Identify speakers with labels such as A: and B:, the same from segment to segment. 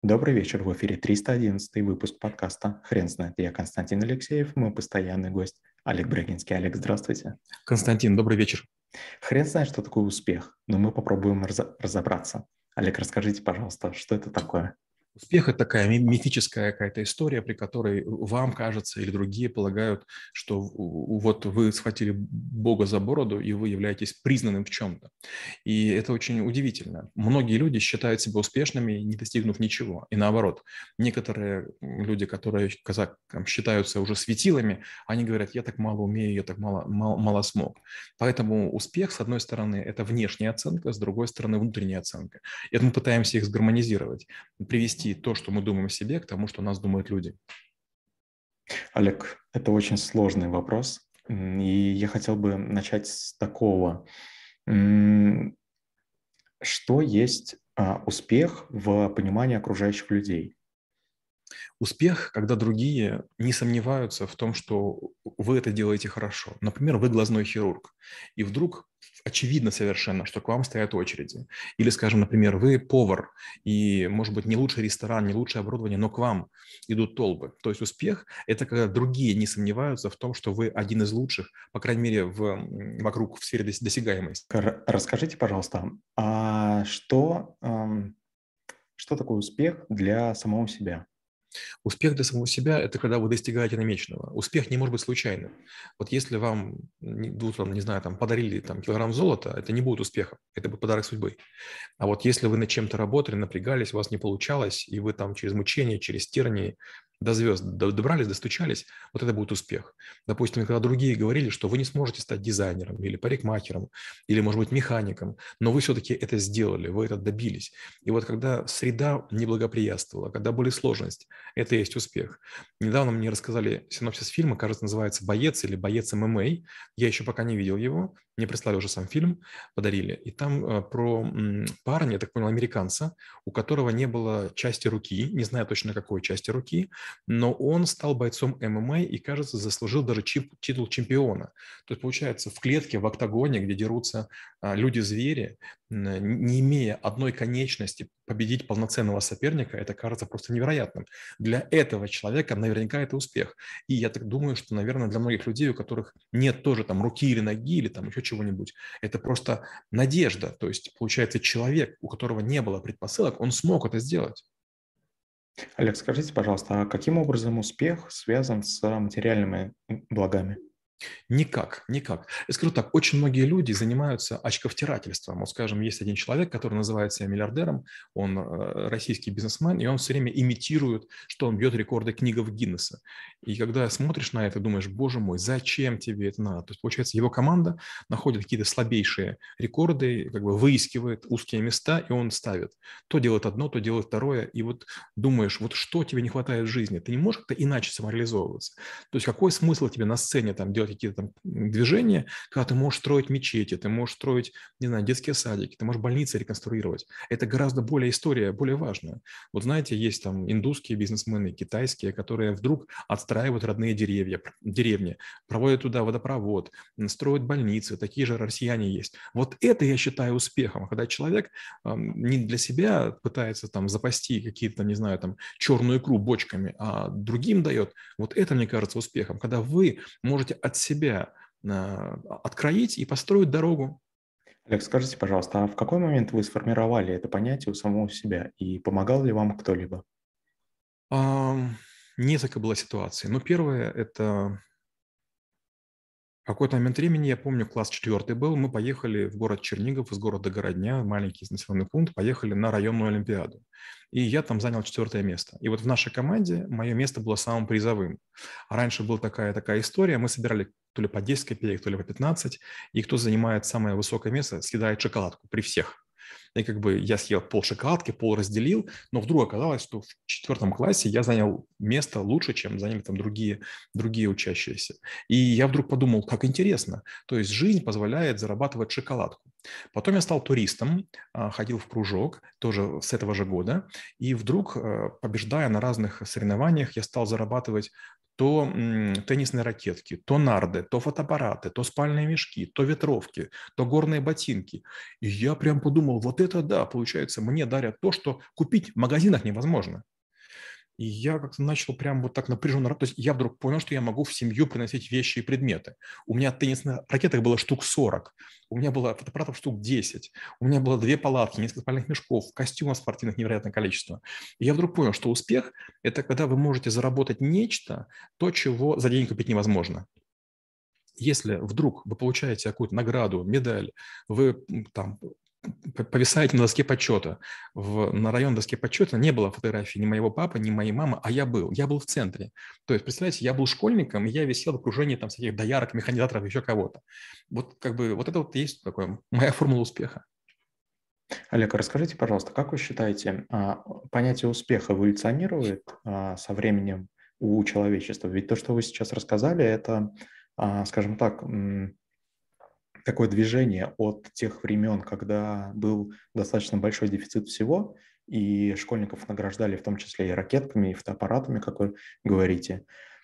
A: Добрый вечер, в эфире 311 выпуск подкаста «Хрен знает». Я Константин Алексеев, мой постоянный гость Олег Брагинский. Олег, здравствуйте.
B: Константин, добрый вечер.
A: Хрен знает, что такое успех, но мы попробуем разобраться. Олег, расскажите, пожалуйста, что это такое?
B: Успех – это такая мифическая какая-то история, при которой вам кажется или другие полагают, что вот вы схватили Бога за бороду, и вы являетесь признанным в чем-то. И это очень удивительно. Многие люди считают себя успешными, не достигнув ничего. И наоборот, некоторые люди, которые считаются уже светилами, они говорят, я так мало умею, я так мало смог. Поэтому успех, с одной стороны, это внешняя оценка, с другой стороны, внутренняя оценка. И это мы пытаемся их сгармонизировать, привести то, что мы думаем о себе, к тому, что о нас думают люди.
A: Олег, это очень сложный вопрос, и я хотел бы начать с такого. Что есть успех в понимании окружающих людей?
B: Успех, когда другие не сомневаются в том, что вы это делаете хорошо. Например, вы глазной хирург, и вдруг очевидно совершенно, что к вам стоят очереди. Или, скажем, например, вы повар, и, может быть, не лучший ресторан, не лучшее оборудование, но к вам идут толпы. То есть успех – это когда другие не сомневаются в том, что вы один из лучших, по крайней мере, вокруг в сфере досягаемости.
A: Расскажите, пожалуйста, что такое успех для самого себя?
B: Успех для самого себя – это когда вы достигаете намеченного. Успех не может быть случайным. Вот если вам, не знаю, подарили килограмм золота, это не будет успехом, это будет подарок судьбы. А вот если вы над чем-то работали, напрягались, у вас не получалось, и вы через мучения, через тернии до звезд добрались, достучались, вот это будет успех. Допустим, когда другие говорили, что вы не сможете стать дизайнером или парикмахером, или, может быть, механиком, но вы все-таки это сделали, вы это добились. И вот когда среда не благоприятствовала, когда были сложности, это и есть успех. Недавно мне рассказали синопсис фильма, кажется, называется «Боец» или «Боец ММА». Я еще пока не видел его, мне прислали уже сам фильм, подарили. И там про парня, я так понял, американца, у которого не было части руки, не знаю точно какой части руки, но он стал бойцом ММА и, кажется, заслужил даже титул чемпиона. То есть, получается, в клетке, в октагоне, где дерутся люди-звери, не имея одной конечности, победить полноценного соперника, это кажется просто невероятным. Для этого человека наверняка это успех. И я так думаю, что, наверное, для многих людей, у которых нет тоже руки или ноги, или еще чего-нибудь, это просто надежда. То есть, получается, человек, у которого не было предпосылок, он смог это сделать.
A: Олег, скажите, пожалуйста, а каким образом успех связан с материальными благами?
B: Никак, никак. Я скажу так, очень многие люди занимаются очковтирательством. Вот, скажем, есть один человек, который называет себя миллиардером, он российский бизнесмен, и он все время имитирует, что он бьет рекорды книгов Гиннесса. И когда смотришь на это, думаешь, боже мой, зачем тебе это надо? То есть, получается, его команда находит какие-то слабейшие рекорды, выискивает узкие места, и он ставит. То делает одно, то делает второе, и вот думаешь, вот что тебе не хватает в жизни? Ты не можешь как-то иначе самореализовываться? То есть какой смысл тебе на сцене делать какие-то движения, когда ты можешь строить мечети, ты можешь строить, не знаю, детские садики, ты можешь больницы реконструировать. Это гораздо более история, более важная. Вот знаете, есть индусские бизнесмены, китайские, которые вдруг отстраивают родные деревни, проводят туда водопровод, строят больницы, такие же россияне есть. Вот это я считаю успехом, когда человек не для себя пытается запасти какие-то, не знаю, черную икру бочками, а другим дает. Вот это, мне кажется, успехом, когда вы можете от себя откроить и построить дорогу.
A: Олег, скажите, пожалуйста, а в какой момент вы сформировали это понятие у самого себя и помогал ли вам кто-либо?
B: Несколько было ситуаций. Но первое – это в какой-то момент времени, я помню, класс 4 был, мы поехали в город Чернигов из города Городня, маленький населенный пункт, поехали на районную олимпиаду. И я там занял 4 место. И вот в нашей команде мое место было самым призовым. А раньше была такая история, мы собирали то ли по 10 копеек, то ли по 15, и кто занимает самое высокое место, съедает шоколадку при всех. И я съел пол шоколадки, пол разделил, но вдруг оказалось, что в 4 классе я занял место лучше, чем заняли другие учащиеся. И я вдруг подумал, как интересно. То есть жизнь позволяет зарабатывать шоколадку. Потом я стал туристом, ходил в кружок, тоже с этого же года, и вдруг, побеждая на разных соревнованиях, я стал зарабатывать то теннисные ракетки, то нарды, то фотоаппараты, то спальные мешки, то ветровки, то горные ботинки. И я прям подумал, вот это да, получается, мне дарят то, что купить в магазинах невозможно. И я как-то начал прям вот так напряженно. То есть я вдруг понял, что я могу в семью приносить вещи и предметы. У меня теннисных ракеток было штук 40, у меня было фотоаппаратов штук 10, у меня было 2 палатки, несколько спальных мешков, костюмов спортивных невероятное количество. И я вдруг понял, что успех – это когда вы можете заработать нечто, то, чего за деньги купить невозможно. Если вдруг вы получаете какую-то награду, медаль, вы там повисаете на доске почета. На район доски почета не было фотографии ни моего папы, ни моей мамы, а я был. Я был в центре. То есть, представляете, я был школьником, и я висел в окружении там всяких доярок, механизаторов, еще кого-то. Вот как бы вот это вот есть такое моя формула успеха.
A: Олег, расскажите, пожалуйста, как вы считаете, понятие успеха эволюционирует со временем у человечества? Ведь то, что вы сейчас рассказали, это, скажем так, такое движение от тех времен, когда был достаточно большой дефицит всего, и школьников награждали в том числе и ракетками, и фотоаппаратами, как вы говорите,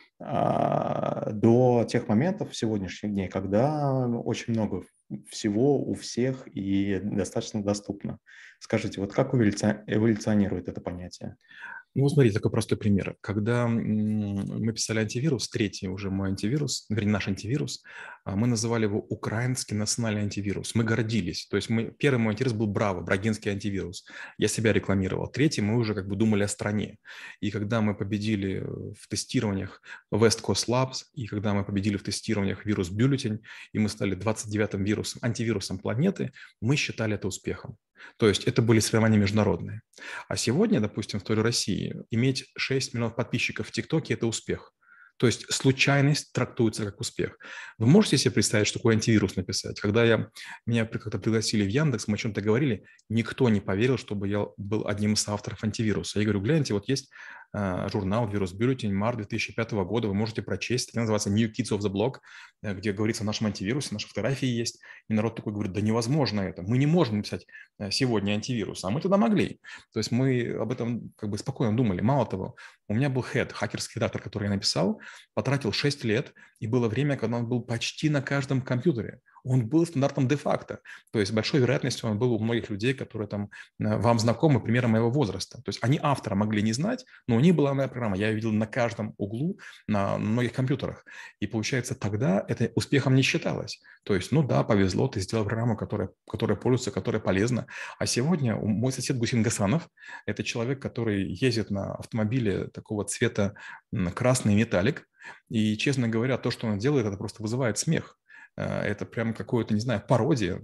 A: до тех моментов сегодняшних дней, когда очень много всего у всех и достаточно доступно. Скажите, вот как эволюционирует это понятие?
B: Ну, смотрите, такой простой пример. Когда мы писали антивирус, третий уже мой антивирус, вернее, наш антивирус, мы называли его украинский национальный антивирус. Мы гордились. То есть первый мой антивирус был Браво, брагинский антивирус. Я себя рекламировал. Третий мы уже как бы думали о стране. И когда мы победили в тестированиях West Coast Labs, и когда мы победили в тестированиях вирус Бюллетень, и мы стали 29-м антивирусом планеты, мы считали это успехом. То есть это были соревнования международные. А сегодня, допустим, в той же России иметь 6 миллионов подписчиков в ТикТоке – это успех. То есть случайность трактуется как успех. Вы можете себе представить, что такое антивирус написать? Когда меня как-то пригласили в Яндекс, мы о чем-то говорили, никто не поверил, чтобы я был одним из авторов антивируса. Я говорю, гляньте, вот есть журнал «Вирус Бюллетень», март 2005 года, вы можете прочесть, это называется «New Kids of the Block», где говорится о нашем антивирусе, наши фотографии есть. И народ такой говорит, да невозможно это, мы не можем написать сегодня антивирус, а мы тогда могли. То есть мы об этом как бы спокойно думали. Мало того, у меня был head, хакерский редактор, который я написал, потратил 6 лет, и было время, когда он был почти на каждом компьютере. Он был стандартом де-факто. То есть с большой вероятностью он был у многих людей, которые там вам знакомы, примерно моего возраста. То есть они автора могли не знать, но у них была моя программа. Я ее видел на каждом углу, на многих компьютерах. И получается, тогда это успехом не считалось. То есть, ну да, повезло, ты сделал программу, которая пользуется, которая полезна. А сегодня мой сосед Гусин Гасанов, это человек, который ездит на автомобиле такого цвета красный металлик. И, честно говоря, то, что он делает, это просто вызывает смех. Это прям какое-то, не знаю, пародия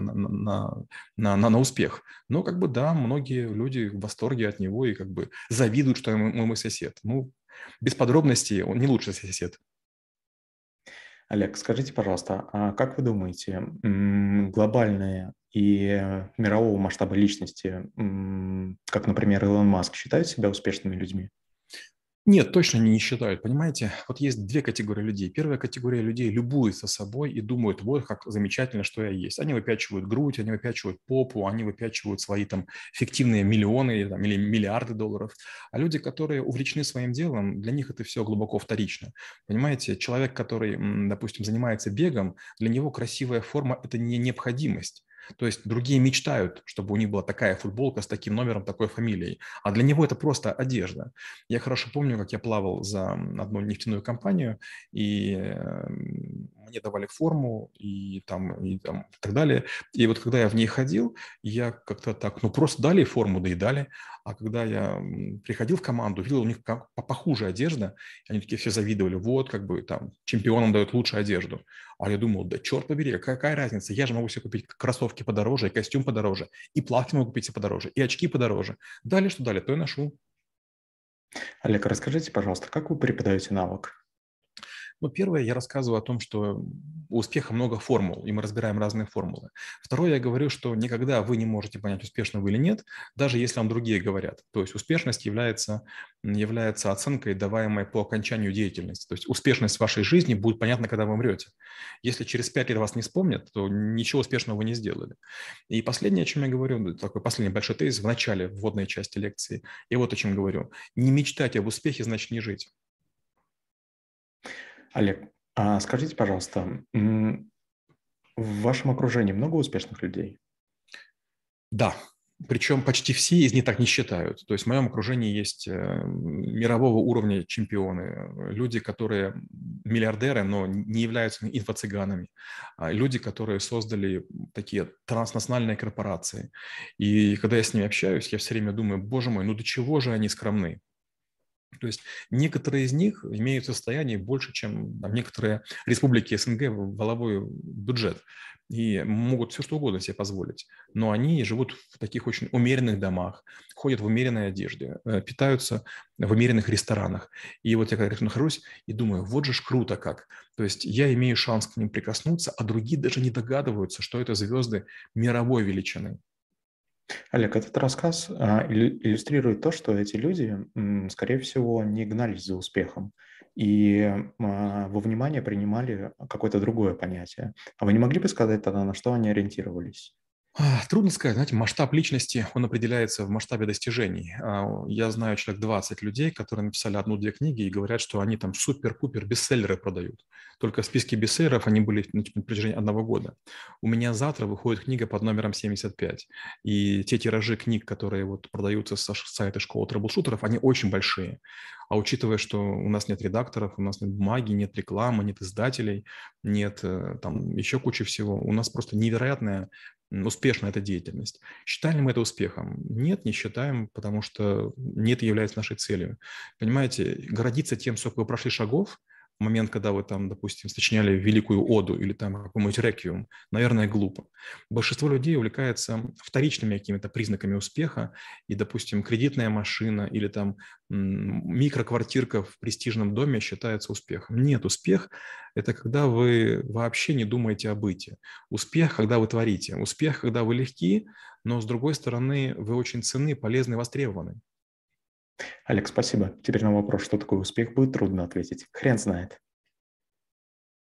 B: на успех. Но как бы да, многие люди в восторге от него и как бы завидуют, что он мой сосед. Ну, без подробностей, он не лучший сосед.
A: Олег, скажите, пожалуйста, а как вы думаете, глобальные и мирового масштаба личности, как, например, Илон Маск, считают себя успешными людьми?
B: Нет, точно не считают, понимаете? Вот есть две категории людей. Первая категория людей любуется собой и думают, вот как замечательно, что я есть. Они выпячивают грудь, они выпячивают попу, они выпячивают свои там фиктивные миллионы там, или миллиарды долларов. А люди, которые увлечены своим делом, для них это все глубоко вторично. Понимаете, человек, который, допустим, занимается бегом, для него красивая форма – это не необходимость. То есть другие мечтают, чтобы у них была такая футболка с таким номером, такой фамилией. А для него это просто одежда. Я хорошо помню, как я плавал за одну нефтяную компанию, и мне давали форму и так далее. И вот когда я в ней ходил, я как-то так, ну просто дали форму, да и дали. А когда я приходил в команду, видел у них как похуже одежда, они такие все завидовали, вот как бы там чемпионам дают лучшую одежду. А я думал, да черт побери, какая разница, я же могу себе купить кроссовки подороже, и костюм подороже, и плавки могу купить себе подороже, и очки подороже. Дали, что дали, то и ношу.
A: Олег, расскажите, пожалуйста, как вы преподаете навык?
B: Ну, первое, я рассказываю о том, что у успеха много формул, и мы разбираем разные формулы. Второе, я говорю, что никогда вы не можете понять, успешны вы или нет, даже если вам другие говорят. То есть успешность является оценкой, даваемой по окончанию деятельности. То есть успешность вашей жизни будет понятна, когда вы умрете. Если через 5 лет вас не вспомнят, то ничего успешного вы не сделали. И последнее, о чем я говорю, такой последний большой тезис в начале вводной части лекции, я вот о чем говорю. Не мечтать об успехе, значит не жить.
A: Олег, а скажите, пожалуйста, в вашем окружении много успешных людей?
B: Да, причем почти все из них так не считают. То есть в моем окружении есть мирового уровня чемпионы, люди, которые миллиардеры, но не являются инфо-цыганами, люди, которые создали такие транснациональные корпорации. И когда я с ними общаюсь, я все время думаю, боже мой, ну до чего же они скромны? То есть некоторые из них имеют состояние больше, чем там, некоторые республики СНГ валовой бюджет и могут все что угодно себе позволить. Но они живут в таких очень умеренных домах, ходят в умеренной одежде, питаются в умеренных ресторанах. И вот я когда нахожусь и думаю, вот же ж круто как. То есть я имею шанс к ним прикоснуться, а другие даже не догадываются, что это звезды мировой величины.
A: Олег, этот рассказ иллюстрирует то, что эти люди, скорее всего, не гнались за успехом и во внимание принимали какое-то другое понятие. А вы не могли бы сказать тогда, на что они ориентировались?
B: Трудно сказать, знаете, масштаб личности, он определяется в масштабе достижений. Я знаю человек 20 людей, которые написали одну-две книги и говорят, что они там супер-пупер бестселлеры продают. Только в списке бестселлеров они были на протяжении 1 года. У меня завтра выходит книга под номером 75. И те тиражи книг, которые вот продаются с сайта школы трэблшутеров, они очень большие. А учитывая, что у нас нет редакторов, у нас нет бумаги, нет рекламы, нет издателей, нет там еще кучи всего, у нас просто невероятная успешна эта деятельность. Считаем ли мы это успехом? Нет, не считаем, потому что не это является нашей целью. Понимаете, гордиться тем, сколько вы прошли шагов, в момент, когда вы там, допустим, сочиняли великую оду или там какой-нибудь реквием, наверное, глупо. Большинство людей увлекается вторичными какими-то признаками успеха, и, допустим, кредитная машина или там микроквартирка в престижном доме считается успехом. Нет, успех – это когда вы вообще не думаете о быте. Успех, когда вы творите. Успех, когда вы легки, но, с другой стороны, вы очень ценны, полезны, востребованы.
A: Олег, спасибо. Теперь на вопрос, что такое успех, будет трудно ответить. Хрен знает.